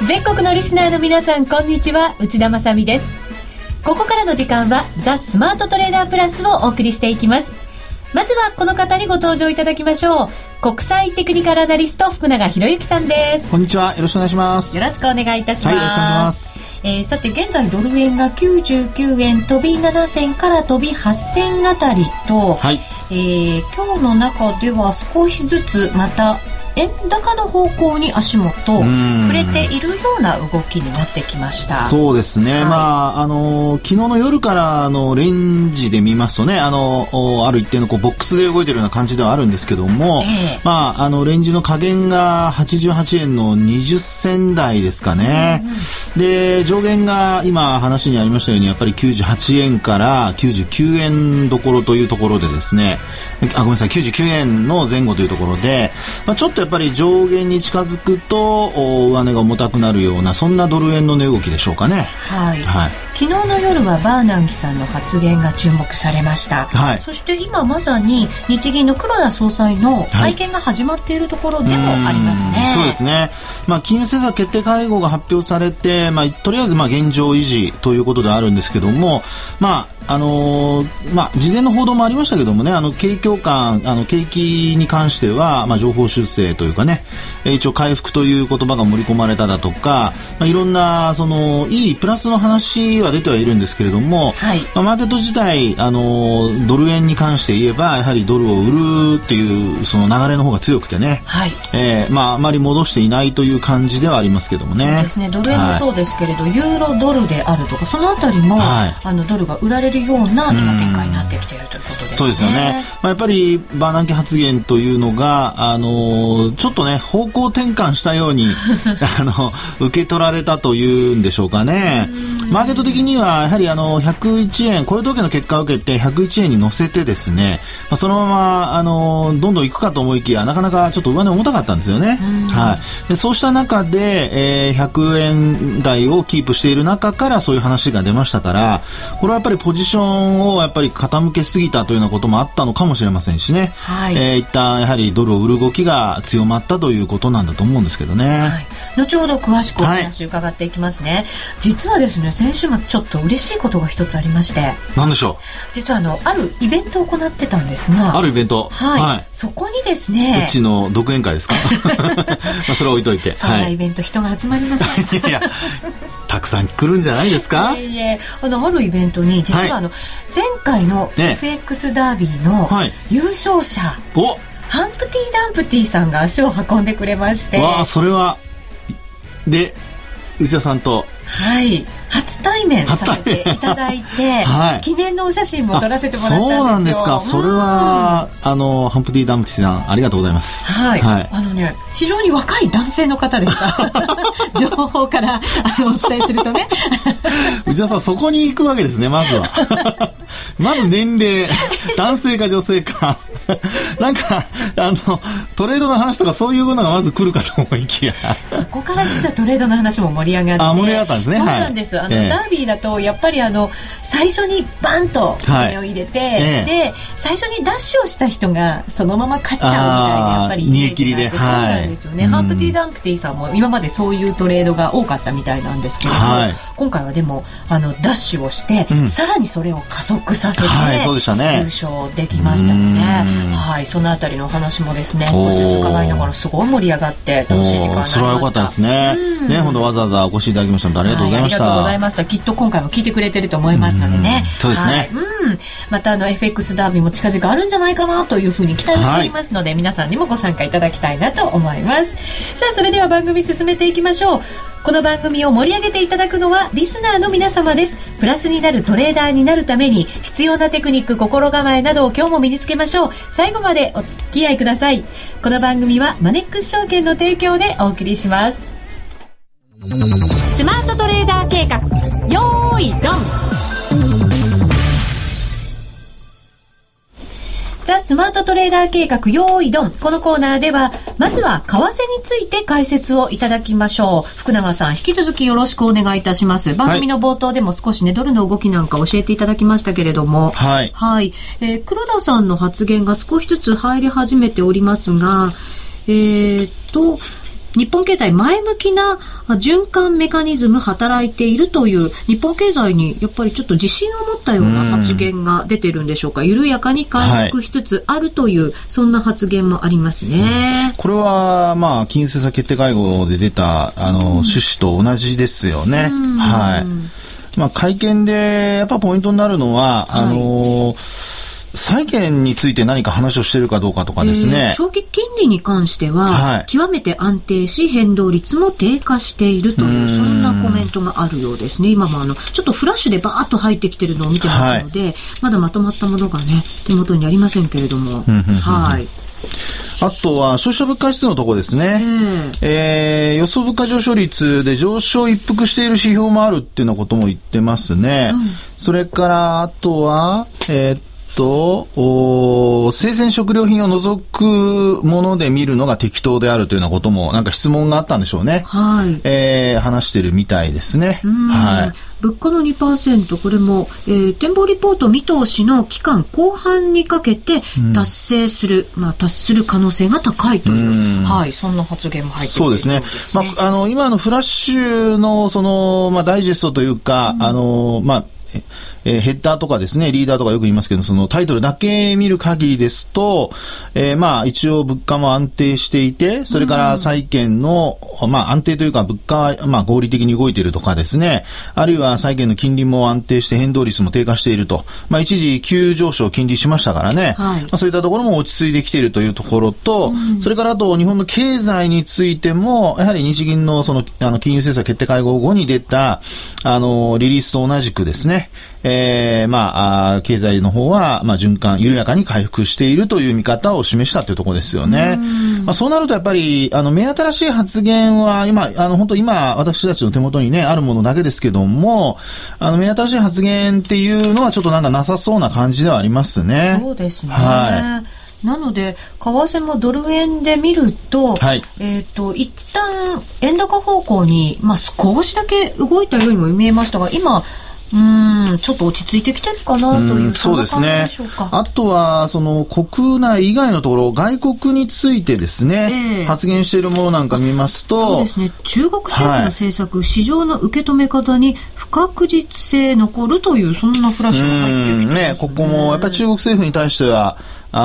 全国のリスナーの皆さん、こんにちは、内田まさみです。ここからの時間はザ・スマートトレーダープラスをお送りしていきます。まずはこの方にご登場いただきましょう。国際テクニカルアナリスト福永博之さんです。 こんにちは、よろしくお願いします。 よろしくお願いいたします。 はい、よろしくお願いします。 さて現在ドル円が99円飛び7銭から飛び8銭あたりと、はい、今日の中では少しずつまた円高の方向に足元触れているような動きになってきました。 そうですね、はい、昨日の夜からのレンジで見ますとね、ある一定のボックスで動いているような感じではあるんですけども、レンジの下限が88円の20銭台ですかね、で上限が今話にありましたようにやっぱり98円から99円どころというところでですね、ごめんなさい、99円の前後というところで、ちょっとやっぱり上限に近づくと上値が重たくなるような、そんなドル円の値動きでしょうかね。 はい、はい、昨日の夜はバーナンキさんの発言が注目されました、はい、そして今まさに日銀の黒田総裁の会見が始まっているところでもありますね。 そうですね、金融政策決定会合が発表されて、とりあえず現状維持ということであるんですけども、事前の報道もありましたけどもね、景況感、景気に関しては、情報修正というかね、一応回復という言葉が盛り込まれただとか、いろんないいプラスの話は出てはいるんですけれども、はい、マーケット自体ドル円に関して言えばやはりドルを売るっていうその流れの方が強くてね、はい、あまり戻していないという感じではありますけどもね。 そうですね、ドル円もそうですけれど、ユーロドルであるとかそのあたりも、ドルが売られるような今展開になってきているということですね。 そうですよね、やっぱりバーナンキ発言というのがちょっとね方向転換したように受け取られたというんでしょうかね。マーケット的にはやはり101円雇用統計の結果を受けて101円に乗せてですね、そのままどんどん行くかと思いきやなかなかちょっと上値重たかったんですよね。はい、でそうした中で、100円台をキープしている中からそういう話が出ましたから、これはやっぱりポジションをやっぱり傾けすぎたというようなこともあったのかもしれませんしね、はい、一旦やはりドルを売る動きが強まったということなんだと思うんですけどね。はい、 後ほど詳しくお話伺っていきますね。はい、実はですね、先週末ちょっと嬉しいことが一つありまして。 何でしょう。 実はあるイベントを行ってたんですが、 あるイベント、 はいはい、そこにですね、 うちの独演会ですかそれは置いといて、 そんなイベント、人が集まりませんいやたくさん来るんじゃないですか。 あるイベントに実は前回の FX ダービーの優勝者、ハンプティ・ダンプティさんが足を運んでくれまして、 それはで内田さんと、 はい、初対面されていただいて、はい、記念のお写真も撮らせてもらったんですよ。 そうなんですか。それはハンプティ・ダンプティさんありがとうございます。 はい、はい、非常に若い男性の方でした情報からお伝えするとね内田さんそこに行くわけですね。まずはまず年齢男性か女性かなんかトレードの話とかそういうものがまず来るかと思いきやそこから実はトレードの話も盛り上がって、 盛り上がったんですね。 そうなんです、ダービーだとやっぱり最初にバンと金を入れて、で最初にダッシュをした人がそのまま勝っちゃうみたいなやっぱりイメージがあって、そうなんですよね。ハンプティ・ダンプティさんも今までそういうトレードが多かったみたいなんですけれども、今回はでもダッシュをして、さらにそれを加速させて、 そうでしたね、 優勝できましたので、はい、そのあたりの話もですね少しずつ伺いながらすごい盛り上がって楽しい時間になりました。 それは良かったですね。本当わざわざお越しいただきましたのでありがとうございました。 ありがとうございました。きっと今回も聞いてくれてると思いますのでね。 そうですね、はい、 またFX ダービーも近々あるんじゃないかなというふうに期待しておりますので、皆さんにもご参加いただきたいなと思います。さあそれでは番組進めていきましょう。この番組を盛り上げていただくのはリスナーの皆様です。プラスになるトレーダーになるために必要なテクニック、心構えなどを今日も身につけましょう。最後までお付き合いください。この番組はマネックス証券の提供でお送りします。スマートトレーダー計画、よーいドン。ザ・スマートトレーダー計画用意ドン。このコーナーではまずは為替について解説をいただきましょう。福永さん引き続きよろしくお願いいたします。番組の冒頭でも少しねドルの動きなんか教えていただきましたけれども、はい、はい、黒田さんの発言が少しずつ入り始めておりますが、 日本経済前向きな循環メカニズム働いているという日本経済にやっぱりちょっと自信を持ったような発言が出てるんでしょうか。緩やかに回復しつつあるという、そんな発言もありますね。 これは金融政策決定会合で出た趣旨と同じですよね。はい。会見でやっぱポイントになるのは債券について何か話をしているかどうかとかですね。 長期金利に関しては、極めて安定し変動率も低下しているという、そんなコメントがあるようですね。今もちょっとフラッシュでバーッと入ってきてるのを見てますので、まだまとまったものがね手元にありませんけれども、はい。 あとは消費者物価指数のところですね。予想物価上昇率で上昇一服している指標もあるっていうようなことも言ってますね。それからあとは生鮮食料品を除くもので見るのが適当であるというようなこともなんか質問があったんでしょうね。話してるみたいですね。 物価の 2%、 これも、展望リポート見通しの期間後半にかけて達成する、達する可能性が高いという、そんな発言も入っているようですね。 そうですね。今のフラッシュのダイジェストというか、ヘッダーとかですね、リーダーとかよく言いますけど、そのタイトルだけ見る限りですと、一応物価も安定していて、それから債券の、安定というか物価は合理的に動いているとかですね、あるいは債券の金利も安定して変動率も低下していると、一時急上昇金利しましたからね、そういったところも落ち着いてきているというところと、それからあと日本の経済についても、やはり日銀のその金融政策決定会合後に出たリリースと同じくですね、経済の方は、循環、緩やかに回復しているという見方を示したというところですよね。そうなるとやっぱり、目新しい発言は、本当今、私たちの手元にね、あるものだけですけども、目新しい発言っていうのはちょっとなんかなさそうな感じではありますね。 そうですね。なので為替もドル円で見ると、一旦円高方向に、少しだけ動いたようにも見えましたが、今ちょっと落ち着いてきてるかなという、 そうですね。あとはその国内以外のところ、外国についてですね、発言しているものなんか見ますと、 そうですね、中国政府の政策、市場の受け止め方に不確実性残るという、そんなフラッシュが入ってきてますね。 ここもやっぱり中国政府に対しては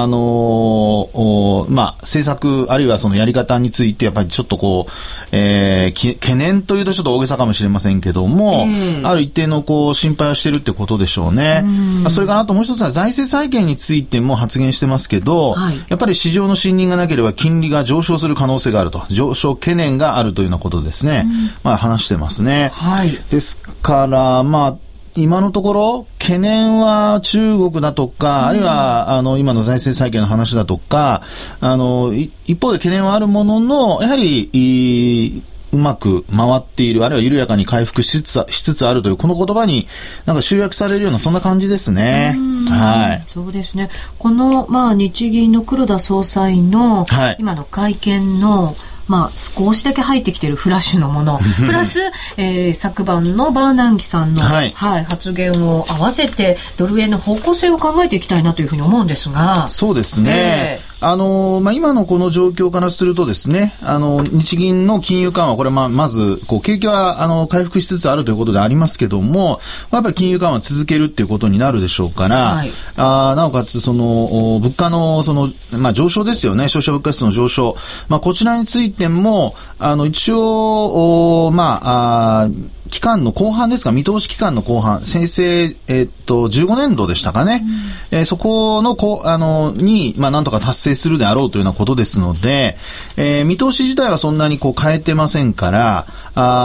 政策あるいはそのやり方についてやっぱりちょっと懸念というとちょっと大げさかもしれませんけども、ある一定の心配をしているってことでしょうね。それからあともう一つは財政再建についても発言してますけど、やっぱり市場の信任がなければ金利が上昇する可能性があると、上昇懸念があるというようなことですね。話してますね。ですから今のところ懸念は中国だとか、あるいは今の財政再建の話だとか、一方で懸念はあるものの、やはりうまく回っている、あるいは緩やかに回復しつつあるというこの言葉になんか集約されるようなそんな感じですね。 そうですね。この日銀の黒田総裁の今の会見の少しだけ入ってきているフラッシュのものプラス、昨晩のバーナンキさんの、発言を合わせてドル円の方向性を考えていきたいなというふうに思うんですが。 そうですね。今のこの状況からするとですね、日銀の金融緩和、これまず景気は回復しつつあるということでありますけども、やっぱり金融緩和続けるっていうことになるでしょうから、なおかつその物価の上昇ですよね、消費者物価指数の上昇、こちらについても一応期間の後半ですか、見通し期間の後半、先生15年度でしたかね、そこのになんとか達成するであろうというようなことですので、見通し自体はそんなに変えてませんから、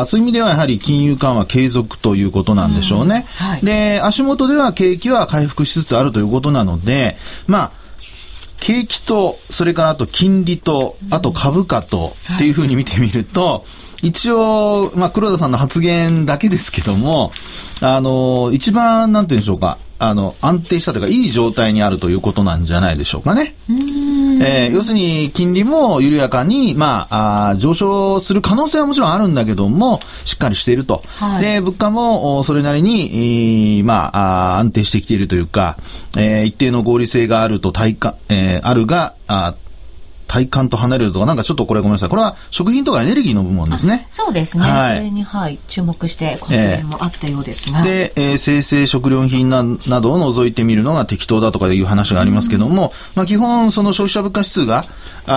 そういう意味ではやはり金融緩和継続ということなんでしょうね。で、足元では景気は回復しつつあるということなので、景気とそれからあと金利とあと株価とっていうふうに見てみると、一応黒田さんの発言だけですけども、一番なんていうんでしょうか、安定したというかいい状態にあるということなんじゃないでしょうかね。要するに金利も緩やかに上昇する可能性はもちろんあるんだけどもしっかりしていると、で物価もそれなりに安定してきているというか、一定の合理性があると体感と離れるとか、なんかちょっとこれごめんなさい。これは食品とかエネルギーの部門ですね。 そうですね。 はい、 それに、注目して発言もあったようですが。 で、生鮮食料品などを除いてみるのが適当だとかいう話がありますけども、基本その消費者物価指数が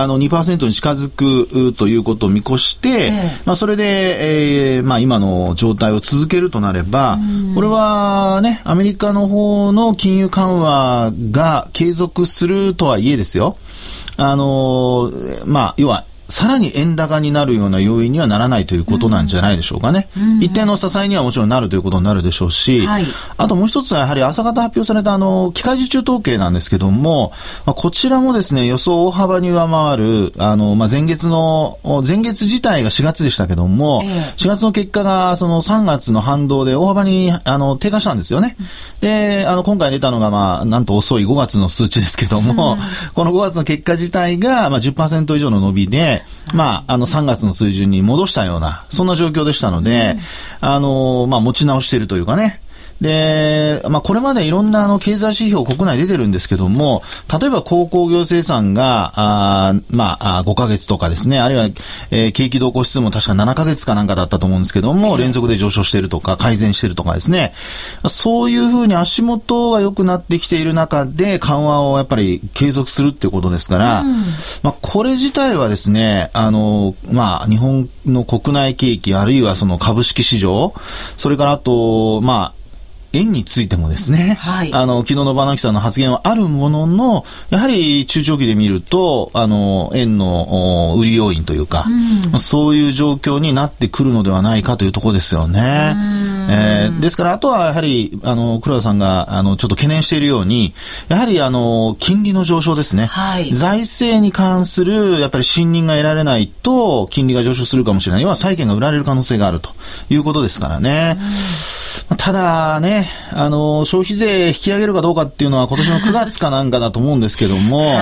2% に近づくということを見越して、それで、今の状態を続けるとなれば、これはね、アメリカの方の金融緩和が継続するとはいえですよ。要は、さらに円高になるような要因にはならないということなんじゃないでしょうかね。一定の支えにはもちろんなるということになるでしょうし、あともう一つはやはり朝方発表された機械受注統計なんですけども、こちらもですね、予想を大幅に上回る、前月自体が4月でしたけども、4月の結果がその3月の反動で大幅に低下したんですよね。で、今回出たのがなんと遅い5月の数値ですけども、この5月の結果自体が10% 以上の伸びで、3月の水準に戻したような、そんな状況でしたので、持ち直しているというかね。で、これまでいろんな経済指標国内出てるんですけども、例えば鉱工業生産が、5ヶ月とかですね、あるいは、景気動向指数も確か7ヶ月かなんかだったと思うんですけども、連続で上昇しているとか、改善しているとかですね、そういうふうに足元が良くなってきている中で、緩和をやっぱり継続するっていうことですから、これ自体はですね、日本の国内景気、あるいはその株式市場、それからあと、円についてもですね、昨日のバーナキさんの発言はあるものの、やはり中長期で見ると、円の売り要因というか、そういう状況になってくるのではないかというところですよね。ですから、あとはやはり、黒田さんが、ちょっと懸念しているように、やはり、金利の上昇ですね。財政に関する、やっぱり信任が得られないと、金利が上昇するかもしれない。要は債券が売られる可能性があるということですからね。ただね、消費税引き上げるかどうかっていうのは今年の9月かなんかだと思うんですけども、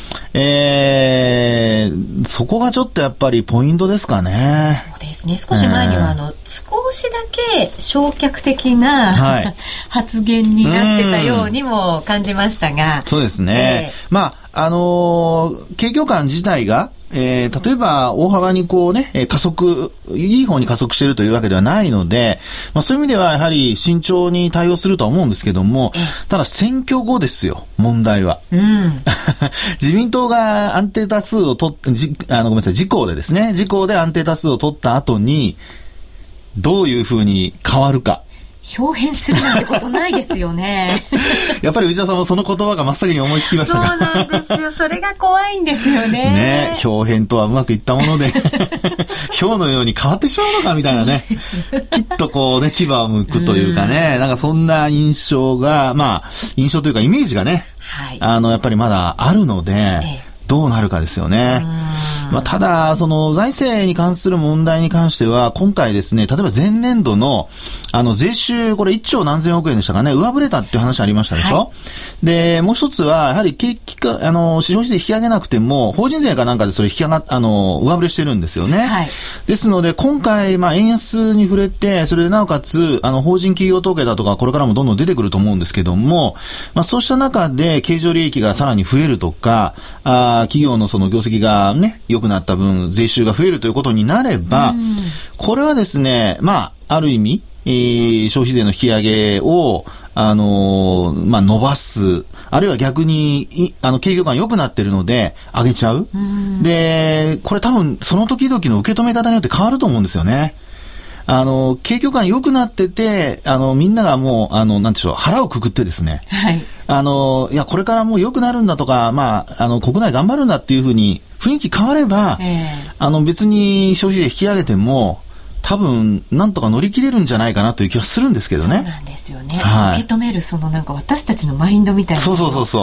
そこがちょっとやっぱりポイントですかね。 そうですね。少し前には少しだけ消極的な、発言になってたようにも感じましたが、 そうですね。景況感自体が例えば大幅に加速、いい方に加速しているというわけではないので、そういう意味ではやはり慎重に対応するとは思うんですけども、ただ選挙後ですよ、問題は。自民党が安定多数を取って、自公でですね、自公で安定多数を取った後に、どういうふうに変わるか。 表変するなんてことないですよね。 やっぱり内田さんもその言葉が真っ先に思いつきましたか。 そうなんですよ。それが怖いんですよね。 表変とはうまくいったもので、表のように変わってしまうのかみたいなね。きっと牙を剥くというかね、なんかそんな印象が、印象というかイメージがね、やっぱりまだあるので、どうなるかですよね。ただ、その財政に関する問題に関しては、今回ですね、例えば前年度の、税収、これ1兆何千億円でしたかね、上振れたっていう話ありましたでしょ。で、もう一つは、やはり消費税引き上げなくても、法人税かなんかでそれ上振れしてるんですよね。ですので、今回、円安に触れて、それでなおかつ、法人企業統計だとか、これからもどんどん出てくると思うんですけども、そうした中で、経常利益がさらに増えるとか、企業のその業績がね、良くなった分、税収が増えるということになれば、これはですね、ある意味、消費税の引き上げを、伸ばす、あるいは逆に、景況感良くなってるので、上げちゃう。で、これ多分、その時々の受け止め方によって変わると思うんですよね。景況感良くなってて、みんながもう、なんでしょう、腹をくくってですね。いや、これからもう良くなるんだとか、国内頑張るんだっていうふうに、雰囲気変われば、別に消費税引き上げても、多分、なんとか乗り切れるんじゃないかなという気はするんですけどね。 そうなんですよね。受け止める、私たちのマインドみたいな。 そう。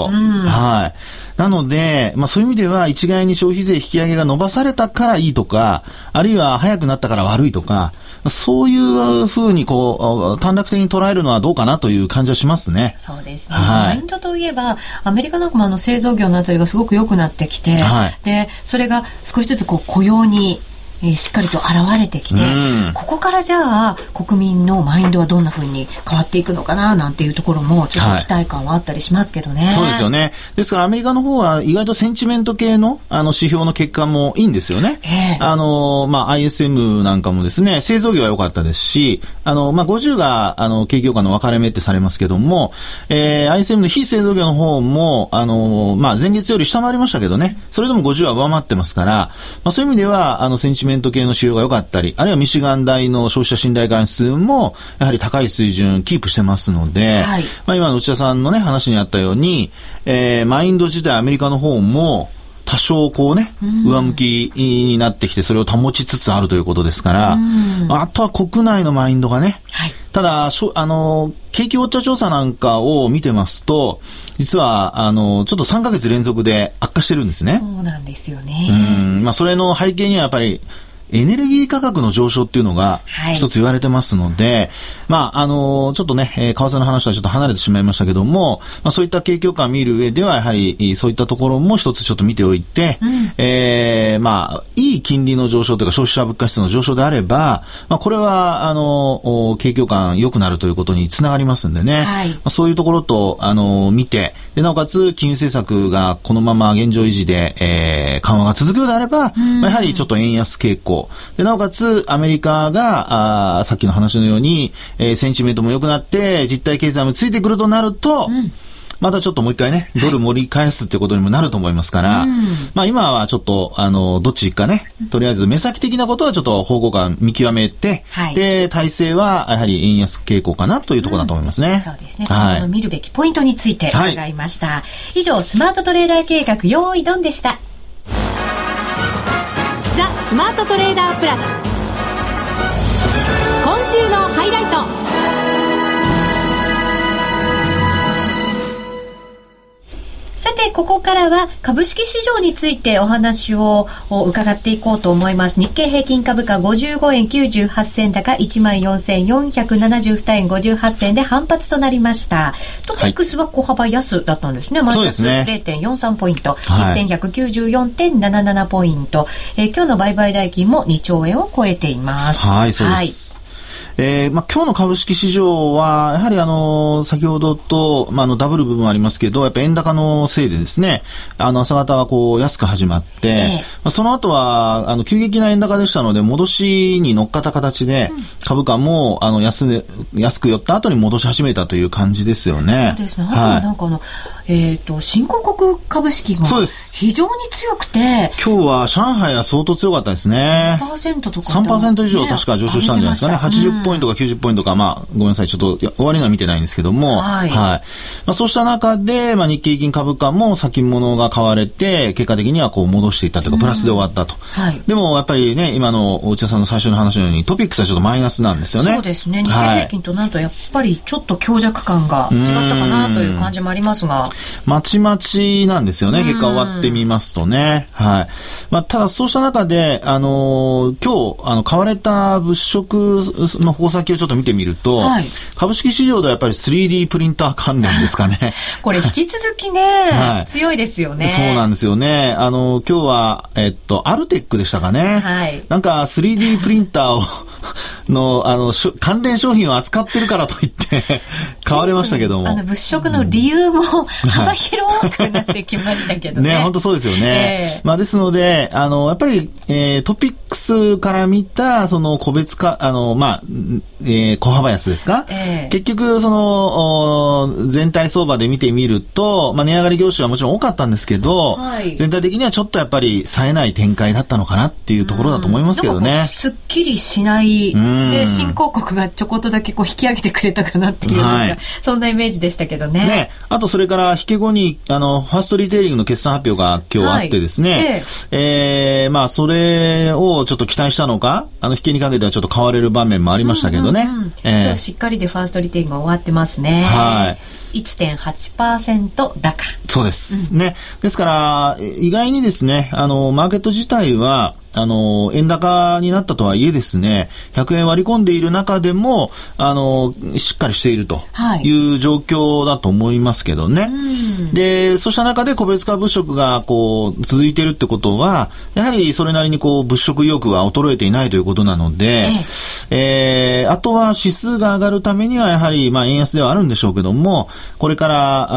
なので、そういう意味では、一概に消費税引き上げが伸ばされたからいいとか、あるいは早くなったから悪いとか、そういうふうに短絡的に捉えるのはどうかなという感じはしますね。 そうですね。マインドといえば、アメリカなんかも製造業のあたりがすごく良くなってきて、で、それが少しずつ雇用にしっかりと現れてきて、ここからじゃあ国民のマインドはどんな風に変わっていくのかななんていうところもちょっと期待感はあったりしますけどね。 そうですよね。ですからアメリカの方は意外とセンチメント系の指標の結果もいいんですよね。ISM なんかもですね、製造業は良かったですし、50が景況感の分かれ目ってされますけども、ISM の非製造業の方も前月より下回りましたけどね、それでも50は上回ってますから、そういう意味ではセンチメント系の指標が良かったり、あるいはミシガン大の消費者信頼感指数もやはり高い水準キープしてますので、今の内田さんのね話にあったように、マインド自体アメリカの方も多少こうね、上向きになってきて、それを保ちつつあるということですから、あとは国内のマインドがね、ただ景気ウォッチャー調査なんかを見てますと、実はちょっと3ヶ月連続で悪化してるんですね。 そうなんですよね。 それの背景にはやっぱりエネルギー価格の上昇っていうのが一つ言われてますので、ちょっとね、為替の話はちょっと離れてしまいましたけども、そういった景況感を見る上ではやはりそういったところも一つちょっと見ておいて、いい金利の上昇というか消費者物価指数の上昇であれば、これは景況感良くなるということにつながりますんでね、そういうところと見て、でなおかつ金融政策がこのまま現状維持で、緩和が続くようであれば、やはりちょっと円安傾向で、なおかつアメリカがさっきの話のように、センチメントも良くなって実体経済もついてくるとなると、またちょっともう一回ねドル盛り返すってことにもなると思いますから、今はちょっとどっちかね、とりあえず目先的なことはちょっと方向感見極めて、で体制はやはり円安傾向かなというところだと思いますね。 そうですね。今後の見るべきポイントについて伺いました。以上スマートトレーダー計画用意ドンでした。ザ・スマートトレーダープラス、今週のハイライト。さてここからは株式市場についてお話を伺っていこうと思います。日経平均株価55円98銭高 14,472 円58銭で反発となりました。トピックスは小幅安だったんですね。マイナス 0.43 ポイント、1194.77 ポイント、今日の売買代金も2兆円を超えています。 そうです。今日の株式市場はやはり先ほどと、ダブル部分ありますけど、やっぱ円高のせいでですね、朝方はこう安く始まって、その後は急激な円高でしたので戻しに乗っかった形で、株価も安く寄った後に戻し始めたという感じですよね。 そうですね。なんか新興国株式が非常に強くて、 今日は上海は相当強かったですね。 3% とか 3% 以上確か上昇したんじゃないですかね。80ポイントか90ポイントか、ごめんなさい、ちょっと終わりのは見てないんですけども、そうした中で、日経平均株価も先物が買われて、結果的にはこう戻していったというか、プラスで終わったと。でもやっぱりね、今の内田さんの最初の話のようにトピックスはちょっとマイナスなんですよね。 そうですね。日経平均となるとやっぱりちょっと強弱感が違ったかなという感じもありますが、 まちまちなんですよね。結果終わってみますとね。ただそうした中で今日買われた物色の方先をちょっと見てみると、株式市場ではやっぱり 3D プリンター関連ですかね。 これ引き続きね、強いですよね。 そうなんですよね。今日はアルテックでしたかね。なんか 3D プリンターをの関連商品を扱ってるからといって買われましたけども、 物色の理由も幅広くなってきましたけどね。 本当そうですよね。ですのでやっぱり、トピックスから見たその個別化小幅安ですか、結局全体相場で見てみると、値上がり業種はもちろん多かったんですけど、全体的にはちょっとやっぱり冴えない展開だったのかなっていうところだと思いますけどね。すっきりしないで、新興国がちょこっとだけこう引き上げてくれたかなっていうのが、そんなイメージでしたけどね。 あとそれから引け後にファーストリテイリングの決算発表が今日あってですね、それをちょっと期待したのか、引けにかけてはちょっと買われる場面もありましたけどね。 今日しっかりでファーストリテイリングが終わってますね。1.8% 高。 そうです、ね。ですから意外にですねマーケット自体は円高になったとはいえですね、100円割り込んでいる中でも、しっかりしているという状況だと思いますけどね。で、そうした中で個別株物色が続いているってことは、やはりそれなりに物色意欲は衰えていないということなので、あとは指数が上がるためにはやはり、円安ではあるんでしょうけども、これから、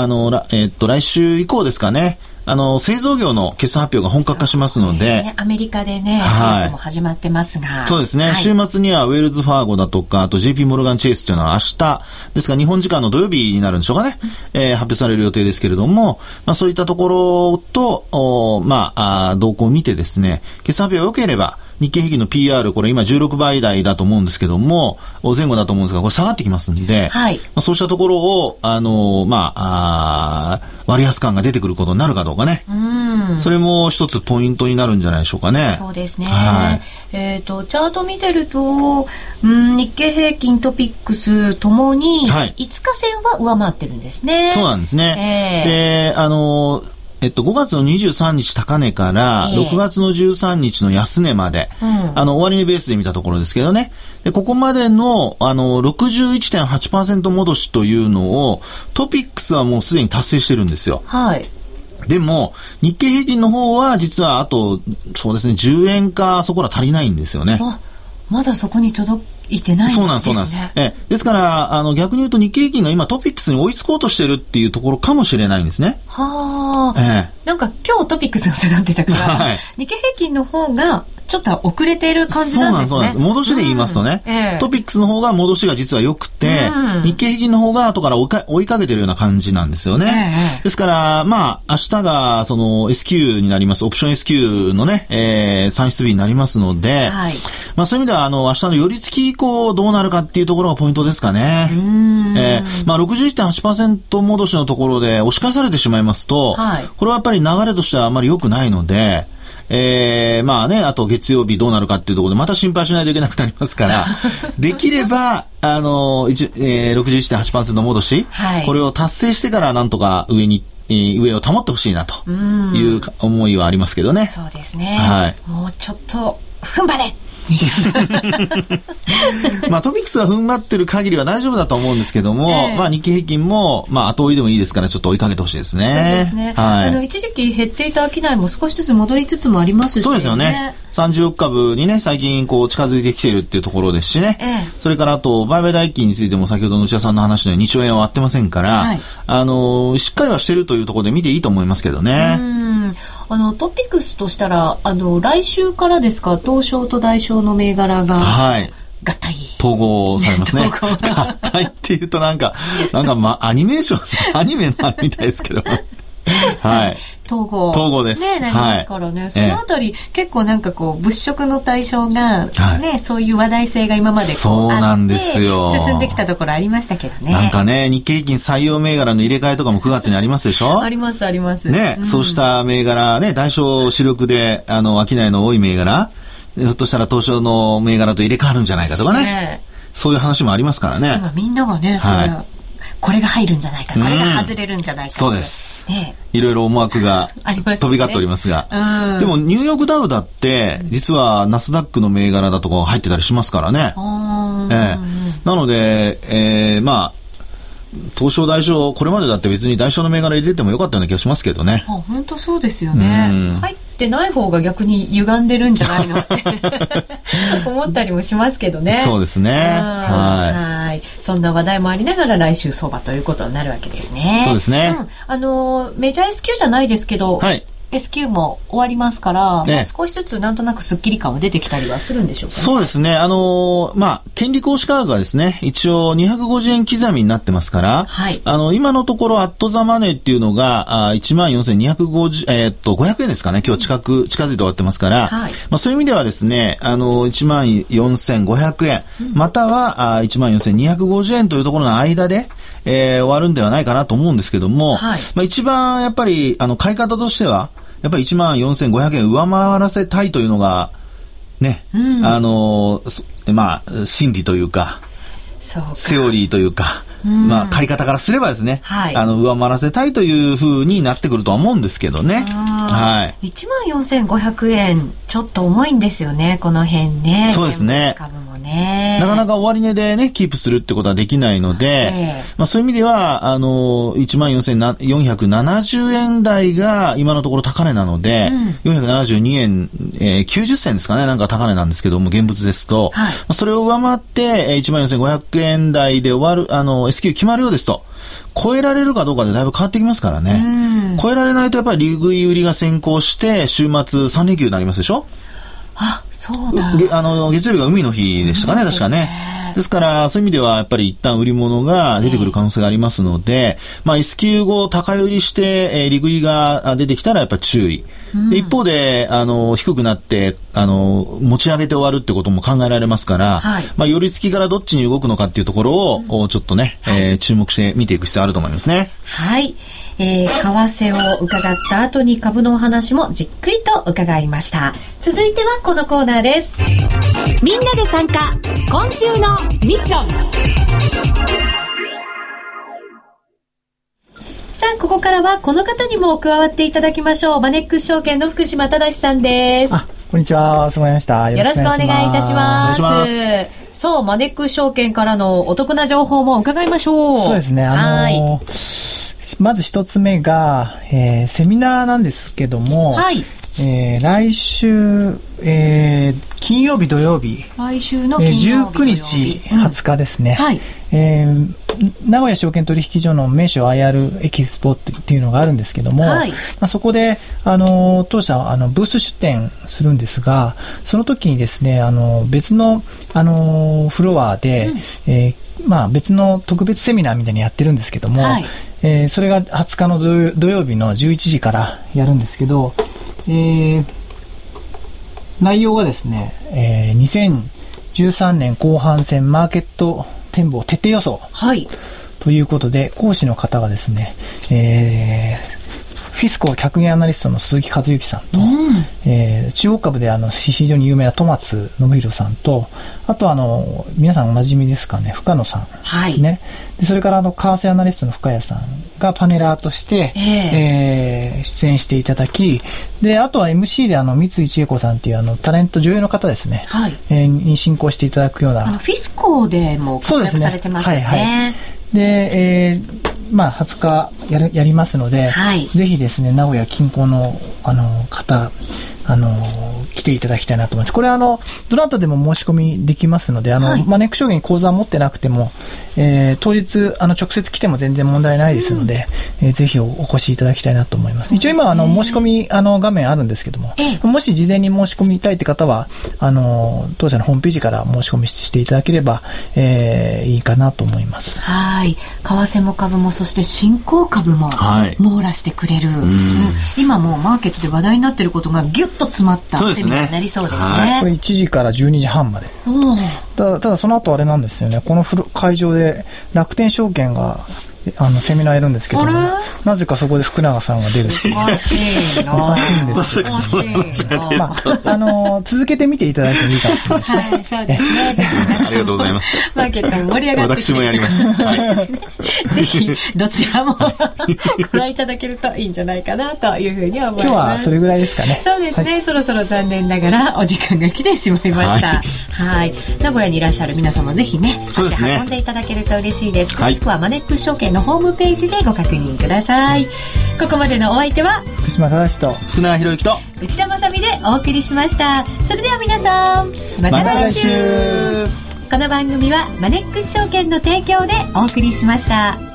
来週以降ですかね、製造業の決算発表が本格化しますので、 ね、アメリカでね、早くも始まってますが。 そうですね、週末にはウェルズファーゴだとか、あと JP モルガンチェイスというのは明日、ですから日本時間の土曜日になるんでしょうかね、発表される予定ですけれども、そういったところと、動向を見てですね、決算発表が良ければ、日経平均の PR、これ今16倍台だと思うんですけども、前後だと思うんですが、これ下がってきますんで、そうしたところを、割安感が出てくることになるかどうかね。それも一つポイントになるんじゃないでしょうかね。 そうですね。チャート見てると、日経平均トピックスともに、5日線は上回ってるんですね。 そうなんですね。で、5月の23日高値から6月の13日の安値まで、終値ベースで見たところですけどね。で、ここまでの、61.8% 戻しというのを、トピックスはもうすでに達成してるんですよ。でも、日経平均の方は実はあと、そうですね、10円かそこら足りないんですよね。 まだそこに届いてないんですね。 そうなんです、そうなんです。ですから、逆に言うと日経平均が今トピックスに追いつこうとしてるっていうところかもしれないんですね。 なんか今日トピックスが下がってたから、日経平均の方がちょっと遅れている感じなんですね。 そうなんです。戻しで言いますとね、トピックスの方が戻しが実は良くて、日経平均の方が後から追いかけてるような感じなんですよね。ですから、明日がその S q になります、オプション S q のね、算出日になりますので、そういう意味では明日の寄り付き以降どうなるかっていうところがポイントですかね。61.8% 戻しのところで押し返されてしまいますと、これはやっぱり流れとしてはあまり良くないので、あと月曜日どうなるかっていうところでまた心配しないといけなくなりますから、できれば、61.8% 戻し、これを達成してからなんとか上を保ってほしいなという思いはありますけどね。 そうですね。もうちょっと踏ん張れトピックスが踏ん張ってる限りは大丈夫だと思うんですけども、日経平均も、後追いでもいいですからちょっと追いかけてほしいですね。 そうですね。一時期減っていた商いも少しずつ戻りつつもありますしね。 そうですよね。30億株にね、最近近づいてきているっていうところですしね。それからあと、売買代金についても先ほどの内田さんの話のように2兆円は割ってませんから、しっかりはしてるというところで見ていいと思いますけどね。 トピックスとしたら来週からですか、東証と大証の銘柄が合体統合されますね。合体っていうとなんかアニメーションアニメのあるみたいですけど統合ですね、なりますからね。そのあたり、結構物色の対象がね、そういう話題性が今までそうなんですよ、 進んできたところありましたけどね。 なんかね、日経平均採用銘柄の入れ替えとかも9月にありますでしょ。 ありますね、そうした銘柄ね、大小主力で商いの多い銘柄、ひょっとしたら東証の銘柄と入れ替わるんじゃないかとかね、そういう話もありますからね。 今みんながね、これが入るんじゃないか、これが外れるんじゃないか、 そうです、いろいろ思惑が飛び交っておりますが、でもニューヨークダウだって実はナスダックの銘柄だとか入ってたりしますからね。なので、東証大証これまでだって別に大証の銘柄入れててもよかったような気がしますけどね。 本当そうですよね。入ってない方が逆に歪んでるんじゃないのって思ったりもしますけどね。 そうですね。 そんな話題もありながら来週相場ということになるわけですね。 そうですね。 メジャー S q じゃないですけど、S q も終わりますから、少しずつなんとなくスッキリ感は出てきたりはするんでしょうかね。 そうですね。権利行使価格がですね、一応250円刻みになってますから、今のところアットザマネーっていうのが14,250、500円ですかね。今日近づいて終わってますから、そういう意味ではですね、14,500円、または14,250円というところの間で、終わるんではないかなと思うんですけども、一番やっぱり買い方としてはやっぱり 14,500 円上回らせたいというのがね、心理というか、 セオリーというか、買い方からすればですね、上回らせたいという風になってくるとは思うんですけどね。 14,500 円ちょっと重いんですよね、この辺ね。 そうですね。 株もね、 なかなか終値でねキープするってことはできないので、そういう意味では14,470 円台が今のところ高値なので、472円、90銭ですかね、なんか高値なんですけども、現物ですと、それを上回って14,500 円台で終わるS q 決まるようですと、超えられるかどうかでだいぶ変わってきますからね。超えられないとやっぱり利食い売りが先行して週末3連休になりますでしょ。 そうだ。 月曜日が海の日でしたかね、確かね。ですからそういう意味ではやっぱり一旦売り物が出てくる可能性がありますので、S q 後高売りして、利食いが出てきたらやっぱり注意。一方で低くなって持ち上げて終わるってことも考えられますから、寄り付きからどっちに動くのかっていうところをちょっとね、注目して見ていく必要あると思いますね。 はい、為替を伺った後に株のお話もじっくりと伺いました。続いてはこのコーナーです。みんなで参加、今週のミッション。さあ、ここからはこの方にも加わっていただきましょう。マネックス証券の福島正さんです。 こんにちは、すみません。 よろしくお願いいたします。そう、マネックス証券からのお得な情報も伺いましょう。 そうですね。まず一つ目が、セミナーなんですけども、来週、金曜日土曜日、 来週の金曜日 19日20日ですね、名古屋証券取引所の名所 IR エキスポっていうのがあるんですけども、そこで当社ブース出展するんですが、その時にですね別のフロアで、別の特別セミナーみたいにやってるんですけども、それが20日の土曜日の11時からやるんですけど、内容がですね、2013年後半戦マーケット展望徹底予想ということで、講師の方がですね、フィスコ客員アナリストの鈴木和之さんと、中国株で非常に有名な戸松信弘さんと、あと皆さんおなじみですかね、深野さんですね。でそれから為替アナリストの深谷さんがパネラーとして、出演していただき、であとは MC で三井千恵子さんっていうタレント女優の方ですね、に進行していただくような、 フィスコでも活躍されてますよね。 で、20日やりますので、ぜひですね名古屋近郊の方来ていただきたいなと思います。これどなたでも申し込みできますので、マネック証券に口座を持ってなくても、当日直接来ても全然問題ないですので、ぜひお越しいただきたいなと思います。一応今申し込み画面あるんですけども、もし事前に申し込みたいって方は当社のホームページから申し込みしていただければ、いいかなと思います。 為替も株もそして新興株も網羅してくれる、今もうマーケットで話題になっていることがギュッと詰まったセミナーになりそうですね。 これ1時から12時半まで。ただその後あれなんですよね、この会場で楽天証券がセミナーやるんですけども、なぜかそこで福永さんが出るっていう。おかしいな。おかしいんですよ。続けてみていただいてもいいかもしれないですね。 そうですね。 ありがとうございます。 マーケットも盛り上がってきて、 私もやります。 ぜひどちらもご覧いただけるといいんじゃないかなというふうに思います。 今日はそれぐらいですかね。 そうですね。そろそろ残念ながらお時間が来てしまいました。名古屋にいらっしゃる皆様ぜひね、足運んでいただけると嬉しいです。詳しくはマネックス証券のホームページでご確認ください。ここまでのお相手は福島正と福永博之と内田まさみでお送りしました。それでは皆さんまた来週。この番組はマネックス証券の提供でお送りしました。